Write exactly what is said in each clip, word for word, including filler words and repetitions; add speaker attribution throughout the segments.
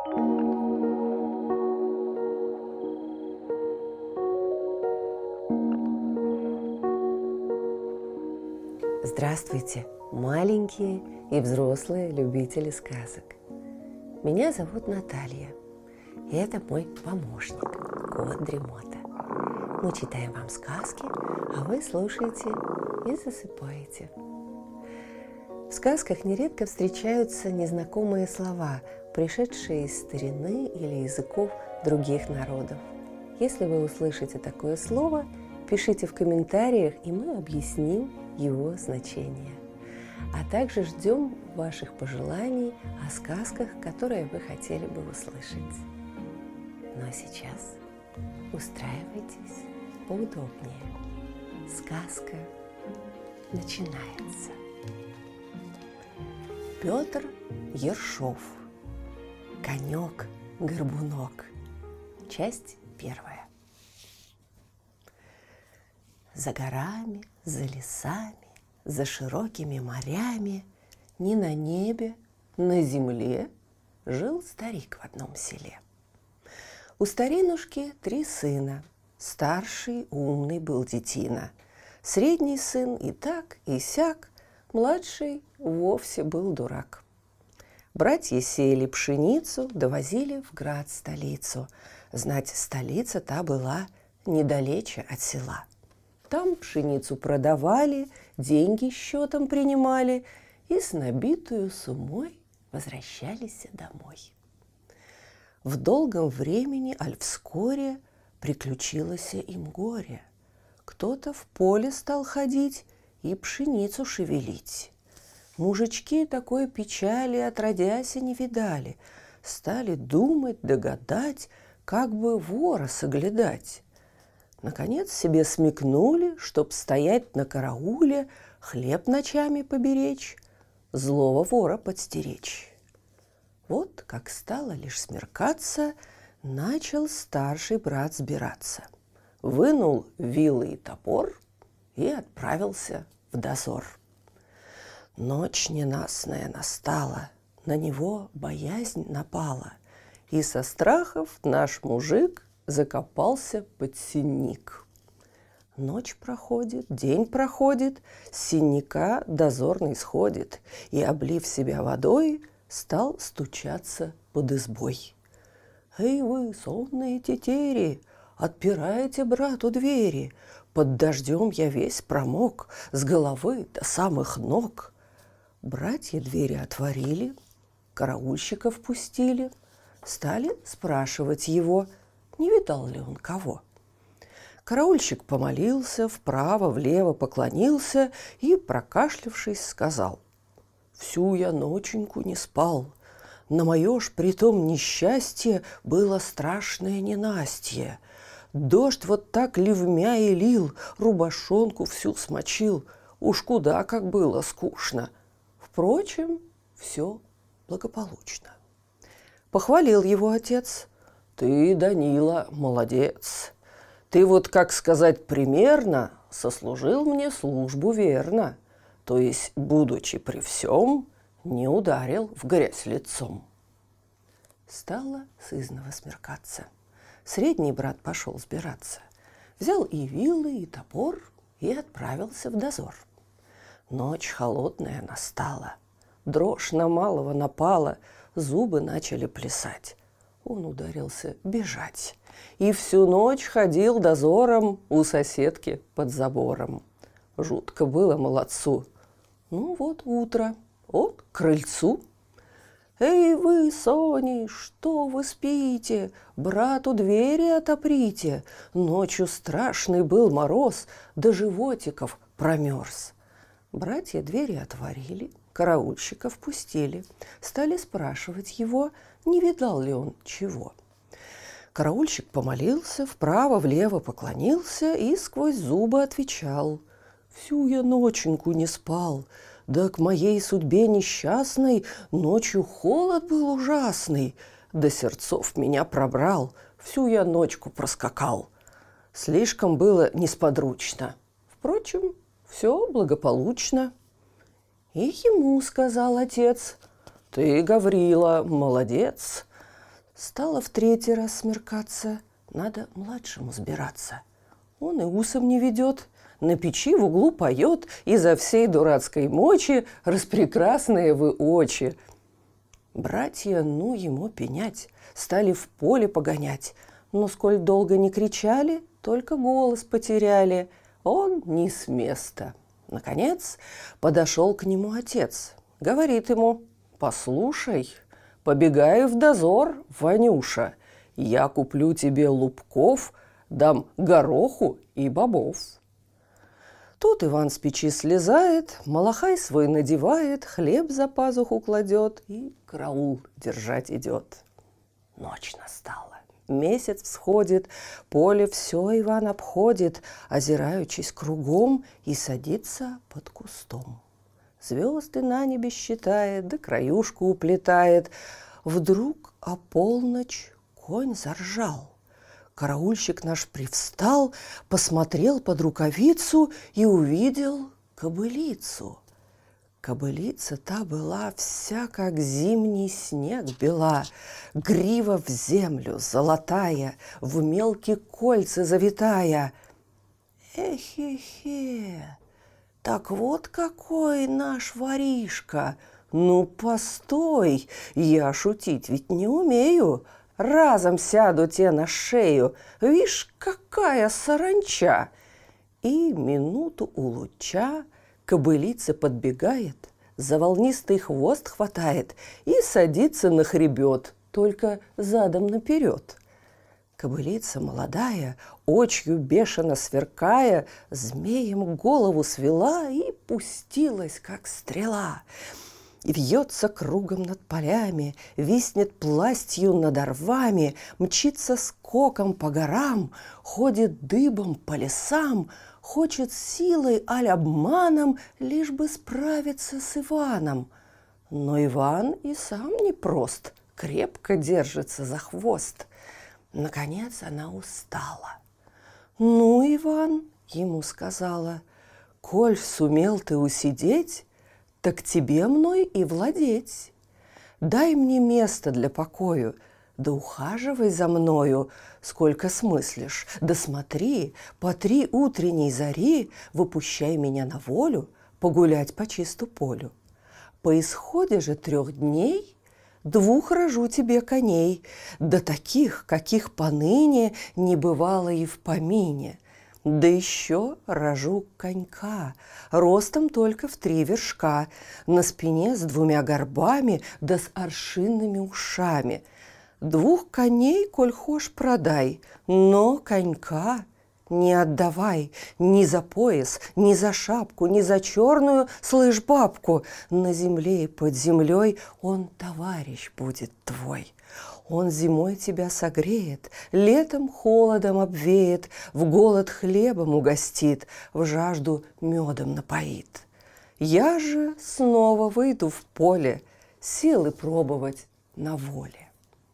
Speaker 1: Здравствуйте, маленькие и взрослые любители сказок. Меня зовут Наталья, и это мой помощник, кот Дремота. Мы читаем вам сказки, а вы слушаете и засыпаете. В сказках нередко встречаются незнакомые слова, пришедшие из старины или языков других народов. Если вы услышите такое слово, пишите в комментариях, и мы объясним его значение. А также ждем ваших пожеланий о сказках, которые вы хотели бы услышать. Ну а сейчас устраивайтесь поудобнее. Сказка начинается. Петр Ершов. Конек-горбунок. Часть первая. За горами, за лесами, за широкими морями, ни на небе, на земле жил старик в одном селе. У старинушки три сына. Старший умный был детина, средний сын и так, и сяк, младший вовсе был дурак. Братья сеяли пшеницу, довозили в град столицу. Знать, столица та была недалече от села. Там пшеницу продавали, деньги счетом принимали и с набитую сумой возвращались домой. В долгом времени, аль вскоре, приключилось им горе. Кто-то в поле стал ходить и пшеницу шевелить. Мужички такой печали отродясь не видали, стали думать, догадать, как бы вора соглядать. Наконец себе смекнули, чтоб стоять на карауле, хлеб ночами поберечь, злого вора подстеречь. Вот как стало лишь смеркаться, начал старший брат сбираться. Вынул вилы и топор и отправился в дозор. Ночь ненастная настала, на него боязнь напала, и со страхов наш мужик закопался под сенник. Ночь проходит, день проходит, с сенника дозорный сходит и, облив себя водой, стал стучаться под избой. «Эй вы, сонные тетери, отпирайте брату двери, под дождем я весь промок, с головы до самых ног». Братья двери отворили, караульщиков пустили, стали спрашивать его, не видал ли он кого. Караульщик помолился, вправо-влево поклонился и, прокашлявшись, сказал: «Всю я ноченьку не спал. На мое ж притом несчастье было страшное ненастье. Дождь вот так ливмя и лил, рубашонку всю смочил. Уж куда как было скучно. Впрочем, все благополучно». Похвалил его отец: «Ты, Данила, молодец. Ты вот, как сказать примерно, сослужил мне службу верно, то есть, будучи при всем, не ударил в грязь лицом». Стало сызнова смеркаться. Средний брат пошел сбираться. Взял и вилы, и топор, и отправился в дозор. Ночь холодная настала, дрожь на малого напала, зубы начали плясать. Он ударился бежать и всю ночь ходил дозором у соседки под забором. Жутко было молодцу. Ну вот утро, он к крыльцу. «Эй вы, сони, что вы спите? Брату двери отоприте. Ночью страшный был мороз, до животиков промерз». Братья двери отворили, караульщиков пустили, стали спрашивать его, не видал ли он чего. Караульщик помолился, вправо-влево поклонился и сквозь зубы отвечал: «Всю я ноченьку не спал, да к моей судьбе несчастной ночью холод был ужасный, до сердцов меня пробрал, всю я ночку проскакал. Слишком было несподручно. Впрочем, все благополучно». И ему сказал отец: «Ты, Гаврила, молодец. Стало в третий раз смеркаться, надо младшему сбираться. Он и усом не ведет, на печи в углу поет, изо всей дурацкой мочи распрекрасные вы очи. Братья, ну ему пенять, стали в поле погонять, но сколь долго не кричали, только голос потеряли. Он не с места. Наконец подошел к нему отец, говорит ему: «Послушай, побегай в дозор, Ванюша, я куплю тебе лубков, дам гороху и бобов». Тут Иван с печи слезает, малахай свой надевает, хлеб за пазуху кладет и караул держать идет. Ночь настала, месяц всходит, поле все Иван обходит, озираючись кругом, и садится под кустом. Звезды на небе считает, да краюшку уплетает. Вдруг о полночь конь заржал. Караульщик наш привстал, посмотрел под рукавицу и увидел кобылицу. Кобылица та была вся, как зимний снег бела, грива в землю золотая, в мелкие кольца завитая. Эхе-хе, так вот какой наш воришка! Ну, постой, я шутить ведь не умею. Разом сяду те на шею, вишь, какая саранча! И минуту у луча кобылица подбегает, за волнистый хвост хватает и садится на хребет, только задом наперед. Кобылица молодая, очью бешено сверкая, змеем голову свела и пустилась, как стрела. И вьется кругом над полями, виснет пластью над орвами, мчится скоком по горам, ходит дыбом по лесам, хочет силой аль обманом лишь бы справиться с Иваном. Но Иван и сам непрост, крепко держится за хвост. Наконец она устала. «Ну, Иван, — ему сказала, — коль сумел ты усидеть, так тебе мной и владеть. Дай мне место для покою, да ухаживай за мною, сколько смыслишь, да смотри, по три утренней зари выпущай меня на волю погулять по чисту полю. По исходе же трех дней двух рожу тебе коней, да таких, каких поныне не бывало и в помине. Да еще рожу конька, ростом только в три вершка, на спине с двумя горбами, да с аршинными ушами. Двух коней, коль хошь, продай, но конька не отдавай ни за пояс, ни за шапку, ни за черную, слышь, бабку. На земле и под землей он товарищ будет твой. Он зимой тебя согреет, летом холодом обвеет, в голод хлебом угостит, в жажду медом напоит. Я же снова выйду в поле, силы пробовать на воле».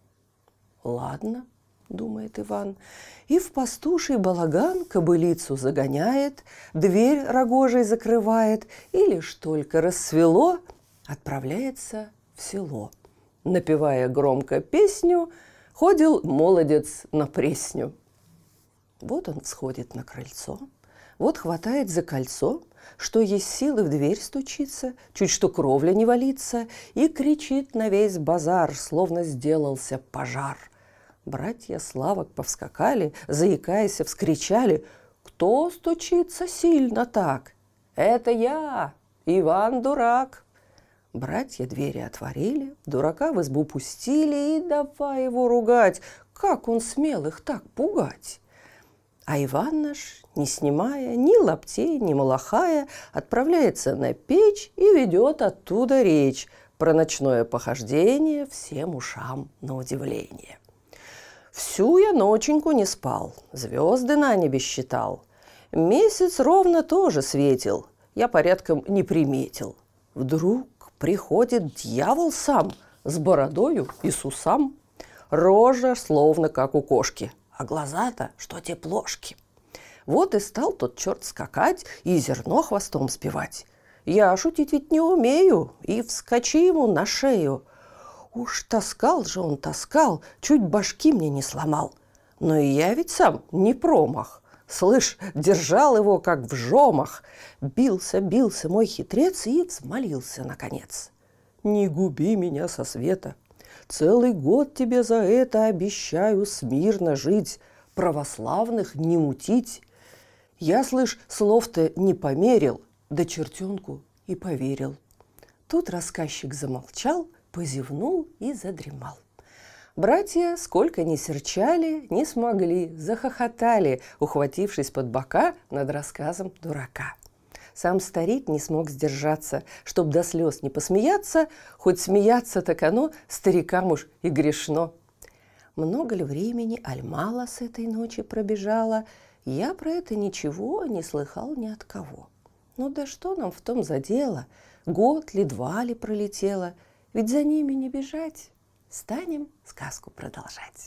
Speaker 1: «Ладно, — думает Иван, — и в пастуший балаган кобылицу загоняет, дверь рогожей закрывает, и лишь только рассвело, отправляется в село. Напевая громко песню, ходил молодец на пресню. Вот он всходит на крыльцо, вот хватает за кольцо, что есть силы в дверь стучится, чуть что кровля не валится, и кричит на весь базар, словно сделался пожар. Братья Славок повскакали, заикаясь, вскричали: «Кто стучится сильно так?» «Это я, Иван Дурак». Братья двери отворили, дурака в избу пустили и давай его ругать, как он смел их так пугать. А Иван наш, не снимая ни лаптей, ни малахая, отправляется на печь и ведет оттуда речь про ночное похождение всем ушам на удивление. «Всю я ноченьку не спал, звезды на небе считал. Месяц ровно тоже светил, я порядком не приметил. Вдруг приходит дьявол сам, с бородою и с усам. Рожа словно как у кошки, а глаза-то что те плошки. Вот и стал тот черт скакать и зерно хвостом сбивать. Я шутить ведь не умею, и вскочи ему на шею. Уж таскал же он, таскал, чуть башки мне не сломал. Но и я ведь сам не промах. Слышь, держал его, как в жомах. Бился, бился мой хитрец и взмолился, наконец. Не губи меня со света. Целый год тебе за это обещаю смирно жить, православных не мутить. Я, слышь, слов-то не померил, да чертенку и поверил. Тут рассказчик замолчал, позевнул и задремал. Братья, сколько ни серчали, не смогли, захохотали, ухватившись под бока над рассказом дурака. Сам старик не смог сдержаться, чтоб до слез не посмеяться, хоть смеяться так оно старикам уж и грешно. Много ли времени, аль мало с этой ночи пробежало, я про это ничего не слыхал ни от кого. Ну да что нам в том за дело, год ли, два ли пролетело, ведь за ними не бежать. Станем сказку продолжать.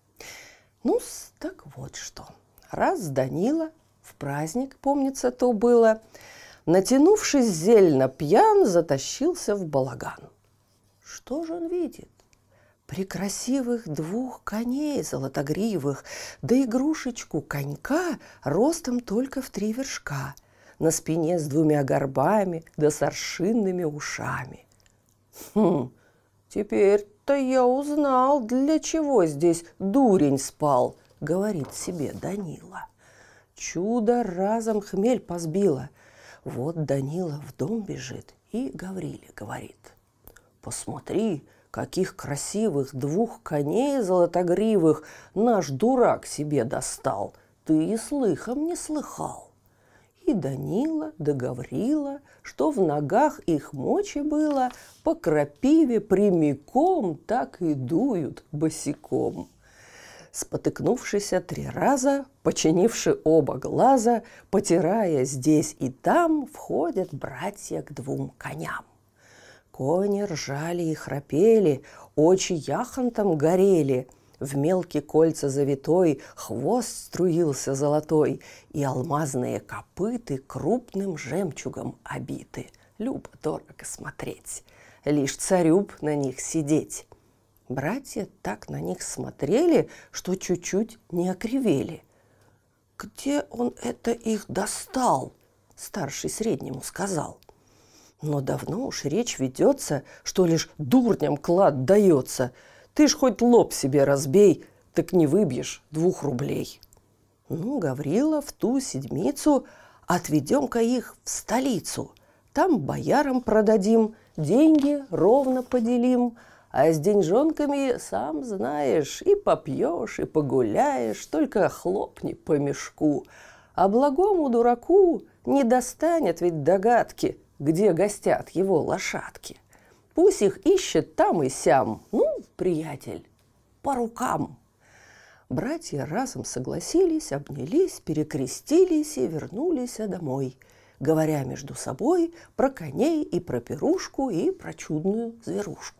Speaker 1: Ну, так вот что. Раз Данила, в праздник, помнится, то было, натянувшись зельно пьян, затащился в балаган. Что же он видит? Прекрасивых двух коней золотогривых, да игрушечку конька ростом только в три вершка, на спине с двумя горбами да с аршинными ушами. Хм, теперь-то я узнал, для чего здесь дурень спал, говорит себе Данила. Чудо разом хмель позбило. Вот Данила в дом бежит и Гавриле говорит. Посмотри, каких красивых двух коней золотогривых наш дурак себе достал. Ты и слыхом не слыхал. И Данила да Гаврила, что в ногах их мочи было, по крапиве прямиком так и дуют босиком. Спотыкнувшися три раза, починивши оба глаза, потирая здесь и там, входят братья к двум коням. Кони ржали и храпели, очи яхонтом горели, в мелкие кольца завитой хвост струился золотой, и алмазные копыты крупным жемчугом обиты. Любо-дорого смотреть, лишь царю б на них сидеть. Братья так на них смотрели, что чуть-чуть не окривели. «Где он это их достал?» – старший среднему сказал. Но давно уж речь ведется, что лишь дурням клад дается. Ты ж хоть лоб себе разбей, так не выбьешь двух рублей. Ну, Гаврила, в ту седмицу отведем-ка их в столицу. Там боярам продадим, деньги ровно поделим. А с деньжонками, сам знаешь, и попьешь, и погуляешь, только хлопни по мешку. А благому дураку не достанет ведь догадки, где гостят его лошадки. Пусть их ищет там и сям. Ну, приятель, по рукам. Братья разом согласились, обнялись, перекрестились и вернулись домой, говоря между собой про коней и про пирушку и про чудную зверушку.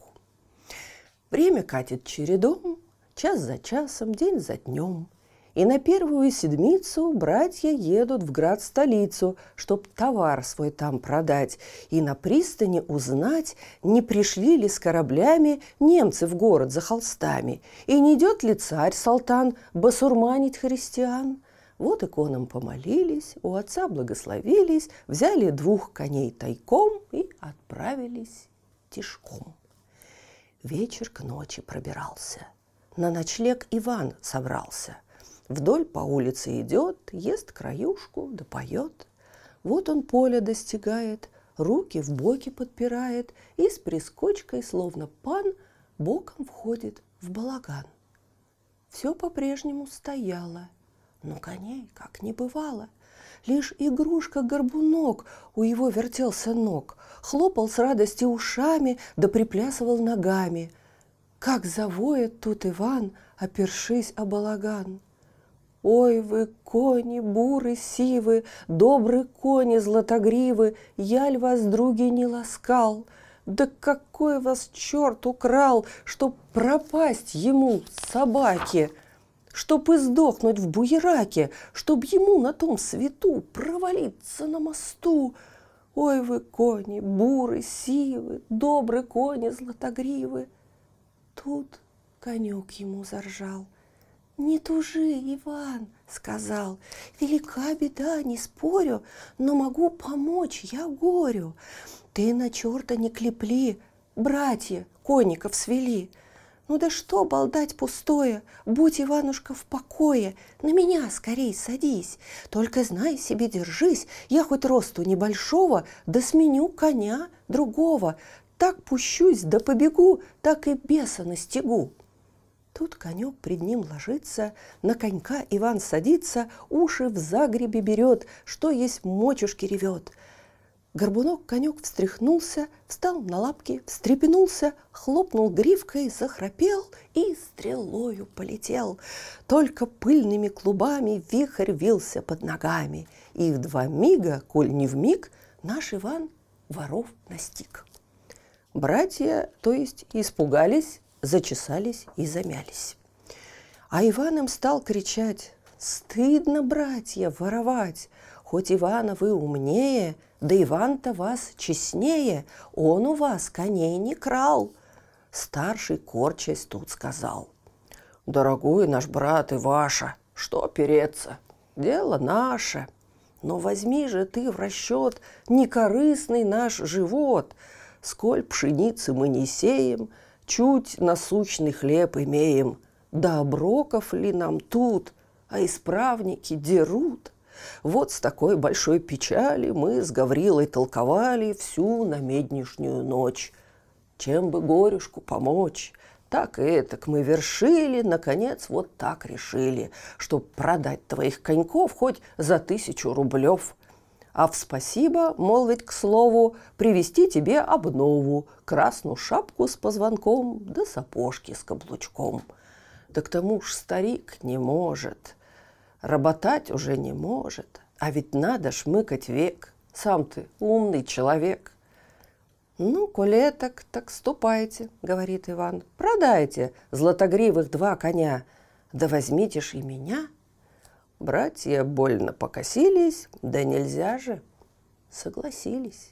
Speaker 1: Время катит чередом, час за часом, день за днем. И на первую седмицу братья едут в град-столицу, чтоб товар свой там продать, и на пристани узнать, не пришли ли с кораблями немцы в город за холстами, и не идет ли царь-салтан басурманить христиан. Вот иконам помолились, у отца благословились, взяли двух коней тайком и отправились тишком. Вечер к ночи пробирался, на ночлег Иван собрался. Вдоль по улице идет, ест краюшку да поет. Вот он поля достигает, руки в боки подпирает и с прискочкой, словно пан, боком входит в балаган. Все по-прежнему стояло, но коней как не бывало. Лишь игрушка-горбунок у его вертелся ног, хлопал с радости ушами да приплясывал ногами. Как завоет тут Иван, опершись о балаган. Ой вы, кони буры сивы, добры кони златогривы, яль вас, други, не ласкал. Да какой вас черт украл, чтоб пропасть ему, собаке, чтоб издохнуть в буераке, чтоб ему на том свету провалиться на мосту. Ой вы, кони буры сивы, добры кони златогривы. Тут конек ему заржал. «Не тужи, Иван, — сказал, — велика беда, не спорю, но могу помочь я горю. Ты на черта не клепли, братья конников свели. Ну да что болтать пустое, будь, Иванушка, в покое, на меня скорей садись, только знай себе, держись, я хоть росту небольшого, да сменю коня другого, так пущусь да побегу, так и беса настигу». Тут конек пред ним ложится, на конька Иван садится, уши в загребе берет, что есть мочушки ревет. Горбунок конек встряхнулся, встал на лапки, встрепенулся, хлопнул гривкой, захрапел и стрелою полетел. Только пыльными клубами вихрь вился под ногами, и в два мига, коль не вмиг, наш Иван воров настиг. Братья, то есть, испугались, зачесались и замялись. А Иван им стал кричать: «Стыдно, братья, воровать! Хоть Ивана вы умнее, да Иван-то вас честнее, он у вас коней не крал». Старший, корчась, тут сказал: «Дорогой наш брат Иваша, что переться, дело наше. Но возьми же ты в расчет некорыстный наш живот. Сколь пшеницы мы не сеем, чуть насущный хлеб имеем. Да оброков ли нам тут, а исправники дерут? Вот с такой большой печали мы с Гаврилой толковали всю намеднишнюю ночь. Чем бы горюшку помочь? Так и этак мы вершили, наконец вот так решили, чтоб продать твоих коньков хоть за тысячу рублев. А в спасибо, молвить к слову, привезти тебе обнову, красную шапку с позвонком, да сапожки с каблучком. Да к тому ж старик не может, работать уже не может, а ведь надо шмыкать век, сам ты умный человек». «Ну, коли так, так ступайте, — говорит Иван, — продайте златогривых два коня, да возьмите ж и меня». Братья больно покосились, да нельзя же, согласились.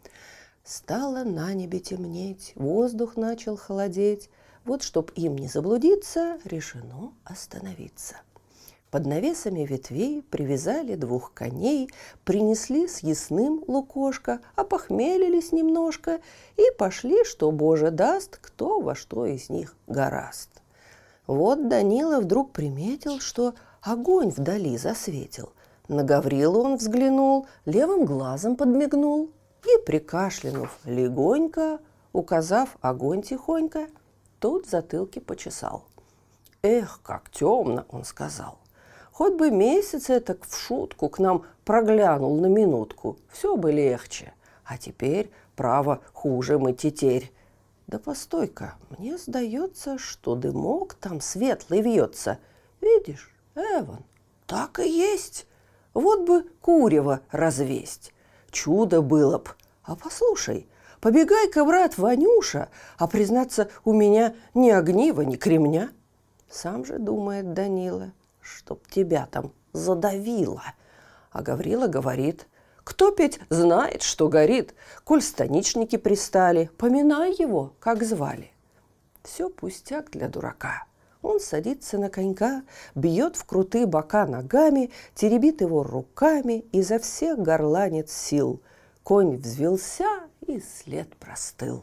Speaker 1: Стало на небе темнеть, воздух начал холодеть. Вот, чтоб им не заблудиться, решено остановиться. Под навесами ветвей привязали двух коней, принесли с ясным лукошко, опохмелились немножко и пошли, что Боже даст, кто во что из них гораст. Вот Данила вдруг приметил, что огонь вдали засветил. На Гаврилу он взглянул, левым глазом подмигнул и, прикашлянув легонько, указав огонь тихонько, тут затылки почесал. «Эх, как темно!» — он сказал. «Хоть бы месяц этак в шутку к нам проглянул на минутку, все бы легче. А теперь, право, хуже мы тетерь. Да постой-ка, мне сдается, что дымок там светлый вьется. Видишь, Эван, так и есть. Вот бы курево развесть. Чудо было б. А послушай, побегай-ка, брат Ванюша, а признаться, у меня ни огнива, ни кремня». Сам же думает Данила, чтоб тебя там задавило. А Гаврила говорит: «Кто петь знает, что горит, коль станичники пристали, поминай его, как звали». Все пустяк для дурака. Он садится на конька, бьет в крутые бока ногами, теребит его руками, изо всех горланит сил. Конь взвелся, и след простыл.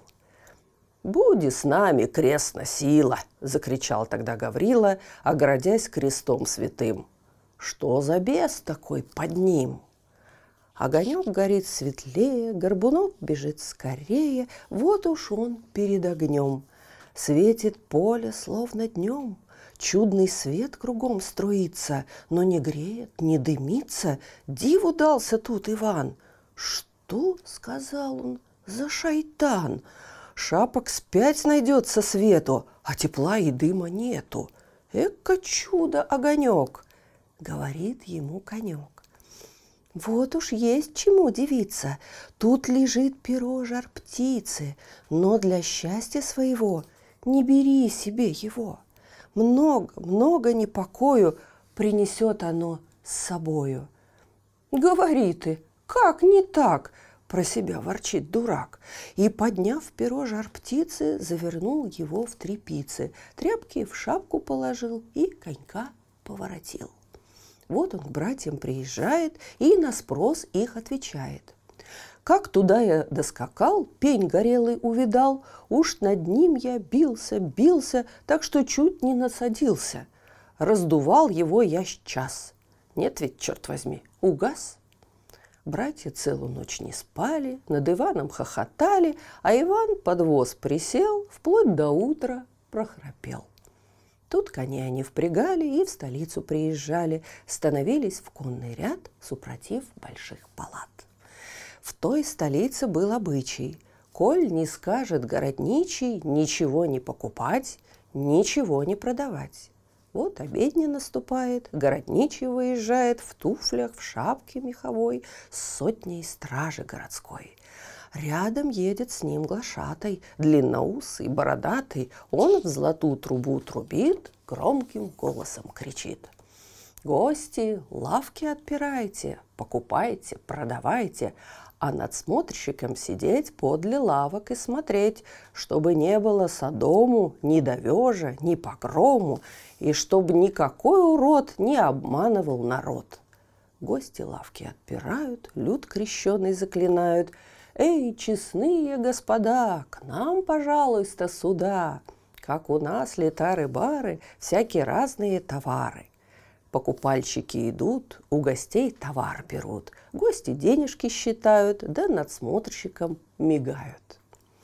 Speaker 1: «Буди с нами, крестна сила!» — закричал тогда Гаврила, оградясь крестом святым. «Что за бес такой под ним?» Огонек горит светлее, горбунок бежит скорее, вот уж он перед огнем. Светит поле, словно днем. Чудный свет кругом струится, но не греет, не дымится. Диву дался тут Иван. «Что, — сказал он, — за шайтан? Шапок спять найдется свету, а тепла и дыма нету. Эка чудо-огонек!» — говорит ему конек. «Вот уж есть чему удивиться. Тут лежит перо жар-птицы, но для счастья своего не бери себе его. Много-много непокою принесет оно с собою». «Говори ты, как не так? про себя ворчит дурак, и, подняв перо жар-птицы, завернул его в тряпицы, тряпки в шапку положил и конька поворотил. Вот он к братьям приезжает и на спрос их отвечает. Как туда я доскакал, пень горелый увидал, уж над ним я бился, бился, так что чуть не насадился. Раздувал его я час. Нет ведь, черт возьми, угас. Братья целую ночь не спали, над Иваном хохотали, а Иван под воз присел, вплоть до утра прохрапел. Тут коней они впрягали и в столицу приезжали, становились в конный ряд, супротив больших палат. В той столице был обычай: коль не скажет городничий, ничего не покупать, ничего не продавать. Вот обедня наступает, городничий выезжает в туфлях, в шапке меховой, с сотней стражи городской. Рядом едет с ним глашатай, длинноусый, бородатый. Он в золотую трубу трубит, громким голосом кричит: «Гости, лавки отпирайте, покупайте, продавайте, а надсмотрщиком сидеть подле лавок и смотреть, чтобы не было содому, ни довежа, ни погрому, и чтобы никакой урод не обманывал народ». Гости лавки отпирают, люд крещеный заклинают: «Эй, честные господа, к нам, пожалуйста, сюда, как у нас летары-бары, всякие разные товары». Покупальщики идут, у гостей товар берут, гости денежки считают, да надсмотрщикам мигают.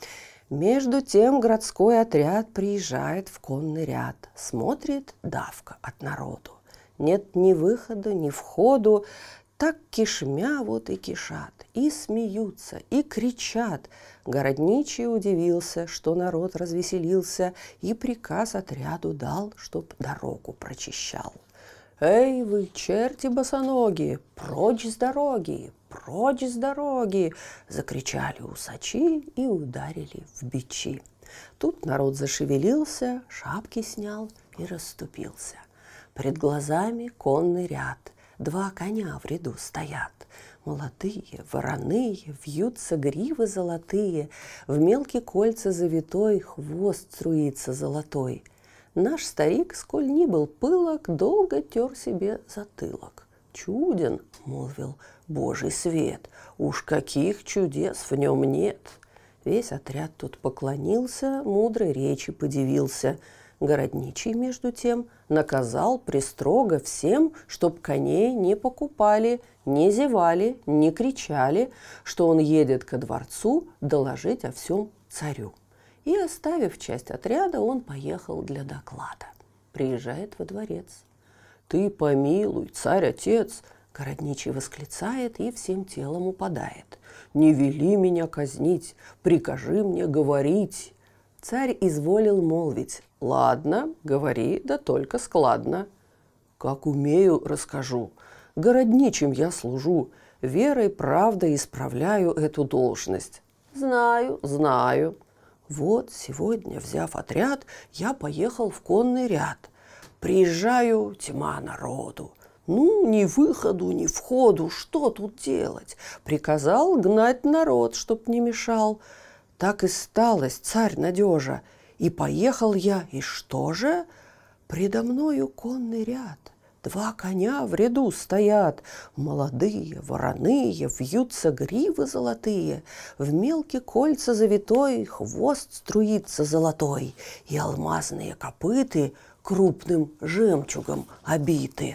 Speaker 1: Между тем городской отряд приезжает в конный ряд, смотрит давка от народу. Нет ни выхода, ни входу, так кишмя вот и кишат, и смеются, и кричат. Городничий удивился, что народ развеселился, и приказ отряду дал, чтоб дорогу прочищал. «Эй вы, черти босоногие, прочь с дороги, прочь с дороги!» Закричали усачи и ударили в бичи. Тут народ зашевелился, шапки снял и расступился. Пред глазами конный ряд, два коня в ряду стоят. Молодые, вороные, вьются гривы золотые, в мелкие кольца завитой хвост струится золотой. Наш старик, сколь ни был пылок, долго тер себе затылок. «Чуден, — молвил, — Божий свет, уж каких чудес в нем нет!» Весь отряд тут поклонился, мудрой речи подивился. Городничий, между тем, наказал пристрого всем, чтоб коней не покупали, не зевали, не кричали, что он едет ко дворцу доложить о всем царю. И, оставив часть отряда, он поехал для доклада. Приезжает во дворец. «Ты помилуй, царь-отец!» Городничий восклицает и всем телом упадает. «Не вели меня казнить, прикажи мне говорить!» Царь изволил молвить: «Ладно, говори, да только складно». «Как умею, расскажу. Городничим я служу, верой, правдой исправляю эту должность». «Знаю, знаю». Вот сегодня, взяв отряд, я поехал в конный ряд. Приезжаю, тьма народу. Ну, ни выходу, ни входу, что тут делать? Приказал гнать народ, чтоб не мешал. Так и сталось, царь надежа. И поехал я, и что же? Предо мною конный ряд. Два коня в ряду стоят, молодые, вороные, вьются гривы золотые, в мелкие кольца завитой хвост струится золотой, и алмазные копыты крупным жемчугом обиты.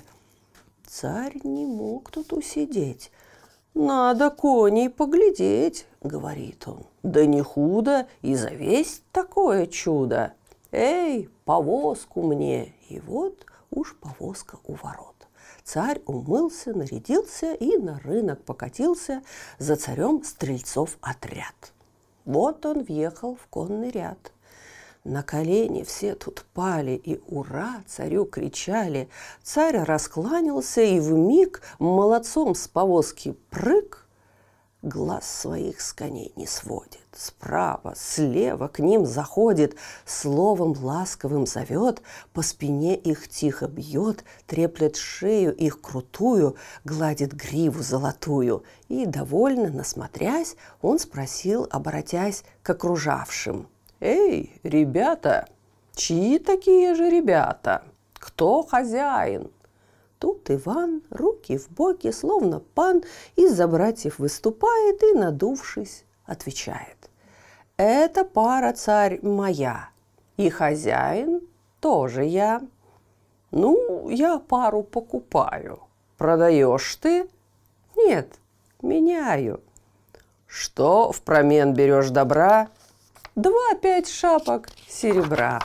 Speaker 1: Царь не мог тут усидеть. «Надо коней поглядеть, — говорит он, — да не худо и завесть такое чудо. Эй, повозку мне!» И вот уж повозка у ворот. Царь умылся, нарядился и на рынок покатился, за царем стрельцов отряд. Вот он въехал в конный ряд. На колени все тут пали и «Ура!» царю кричали. Царь раскланялся и вмиг молодцом с повозки прыг. глаз своих с коней не сводит. Справа, слева к ним заходит, словом ласковым зовет, по спине их тихо бьет, треплет шею их крутую, гладит гриву золотую. И, довольно насмотрясь, он спросил, оборотясь к окружавшим: «Эй, ребята, чьи такие же ребята? Кто хозяин?» Тут Иван, руки в боки, словно пан, из-за братьев выступает и, надувшись, отвечает: «Это пара, царь, моя, и хозяин тоже я. Ну, я пару покупаю. Продаешь ты? Нет, меняю. Что впромен берешь добра? Два пять шапок серебра.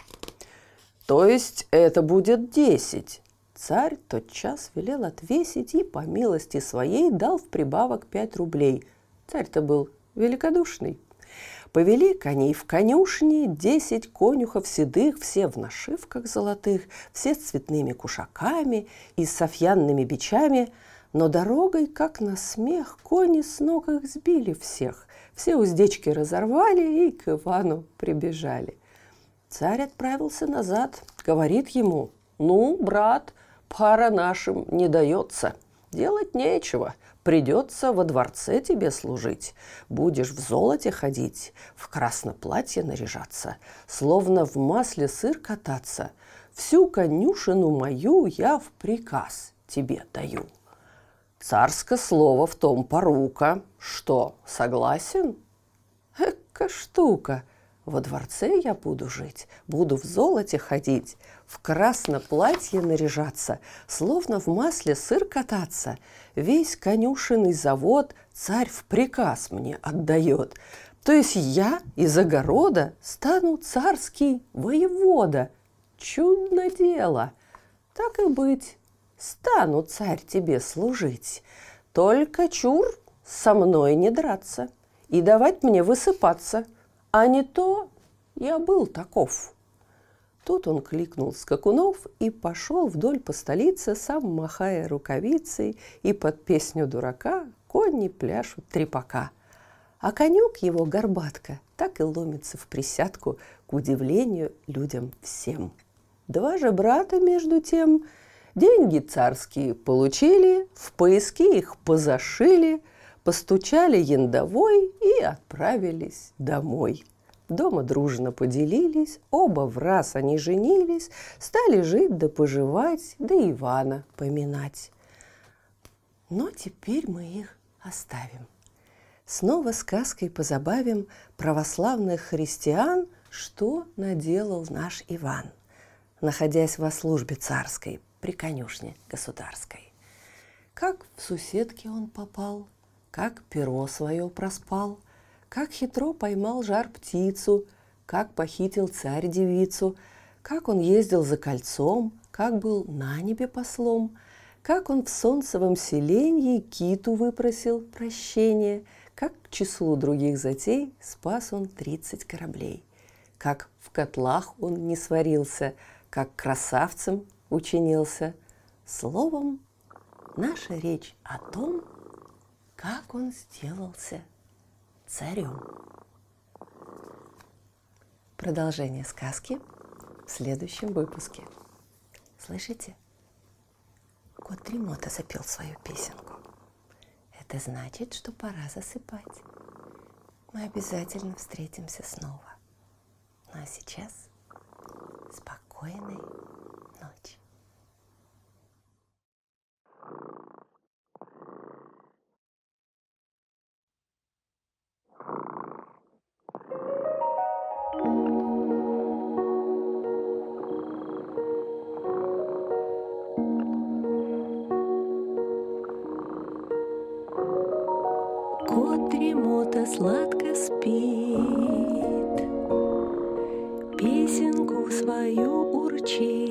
Speaker 1: То есть это будет десять». Царь тотчас велел отвесить и, по милости своей, дал в прибавок пять рублей. Царь-то был великодушный. Повели коней в конюшни, десять конюхов седых, все в нашивках золотых, все с цветными кушаками и с софьянными бичами, но дорогой, как на смех, кони с ног их сбили всех, все уздечки разорвали и к Ивану прибежали. Царь отправился назад, говорит ему: «Ну, брат, пара нашим не дается, делать нечего, придется во дворце тебе служить. Будешь в золоте ходить, в красное платье наряжаться, словно в масле сыр кататься. Всю конюшину мою я в приказ тебе даю. Царское слово в том порука. Что, согласен?» «Эка штука! Во дворце я буду жить, буду в золоте ходить, в красное платье наряжаться, словно в масле сыр кататься. Весь конюшенный завод царь в приказ мне отдает. То есть я из огорода стану царский воевода. Чудно дело! Так и быть, стану, царь, тебе служить. Только чур со мной не драться и давать мне высыпаться. А не то я был таков». Тут он кликнул скакунов и пошел вдоль по столице, сам махая рукавицей, и под песню дурака кони пляшут трепака. А конюк его, горбатка, так и ломится в присядку, к удивлению людям всем. Два же брата, между тем, деньги царские получили, в пояски их позашили, постучали яндовой и отправились домой. Дома дружно поделились, оба враз они женились, стали жить да поживать, да Ивана поминать. Но теперь мы их оставим. Снова сказкой позабавим православных христиан, что наделал наш Иван, находясь во службе царской при конюшне государской. Как в суседке он попал, как перо свое проспал, как хитро поймал жар-птицу, как похитил царь девицу, как он ездил за кольцом, как был на небе послом, как он в солнцевом селенье киту выпросил прощения, как к числу других затей спас он тридцать кораблей, как в котлах он не сварился, как красавцем учинился. Словом, наша речь о том, как он сделался царем. Продолжение сказки в следующем выпуске. Слышите? Кот Дремота запел свою песенку. Это значит, что пора засыпать. Мы обязательно встретимся снова. Ну а сейчас спокойной ночи.
Speaker 2: Кот Дремота сладко спит, песенку свою урчит.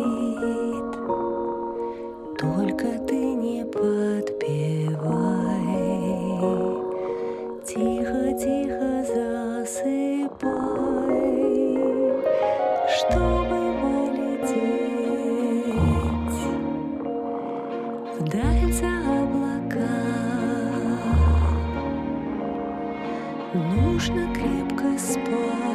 Speaker 2: Только ты не подпевай, тихо-тихо засыпай, чтобы полететь вдаль за облака. нужно крепко спать.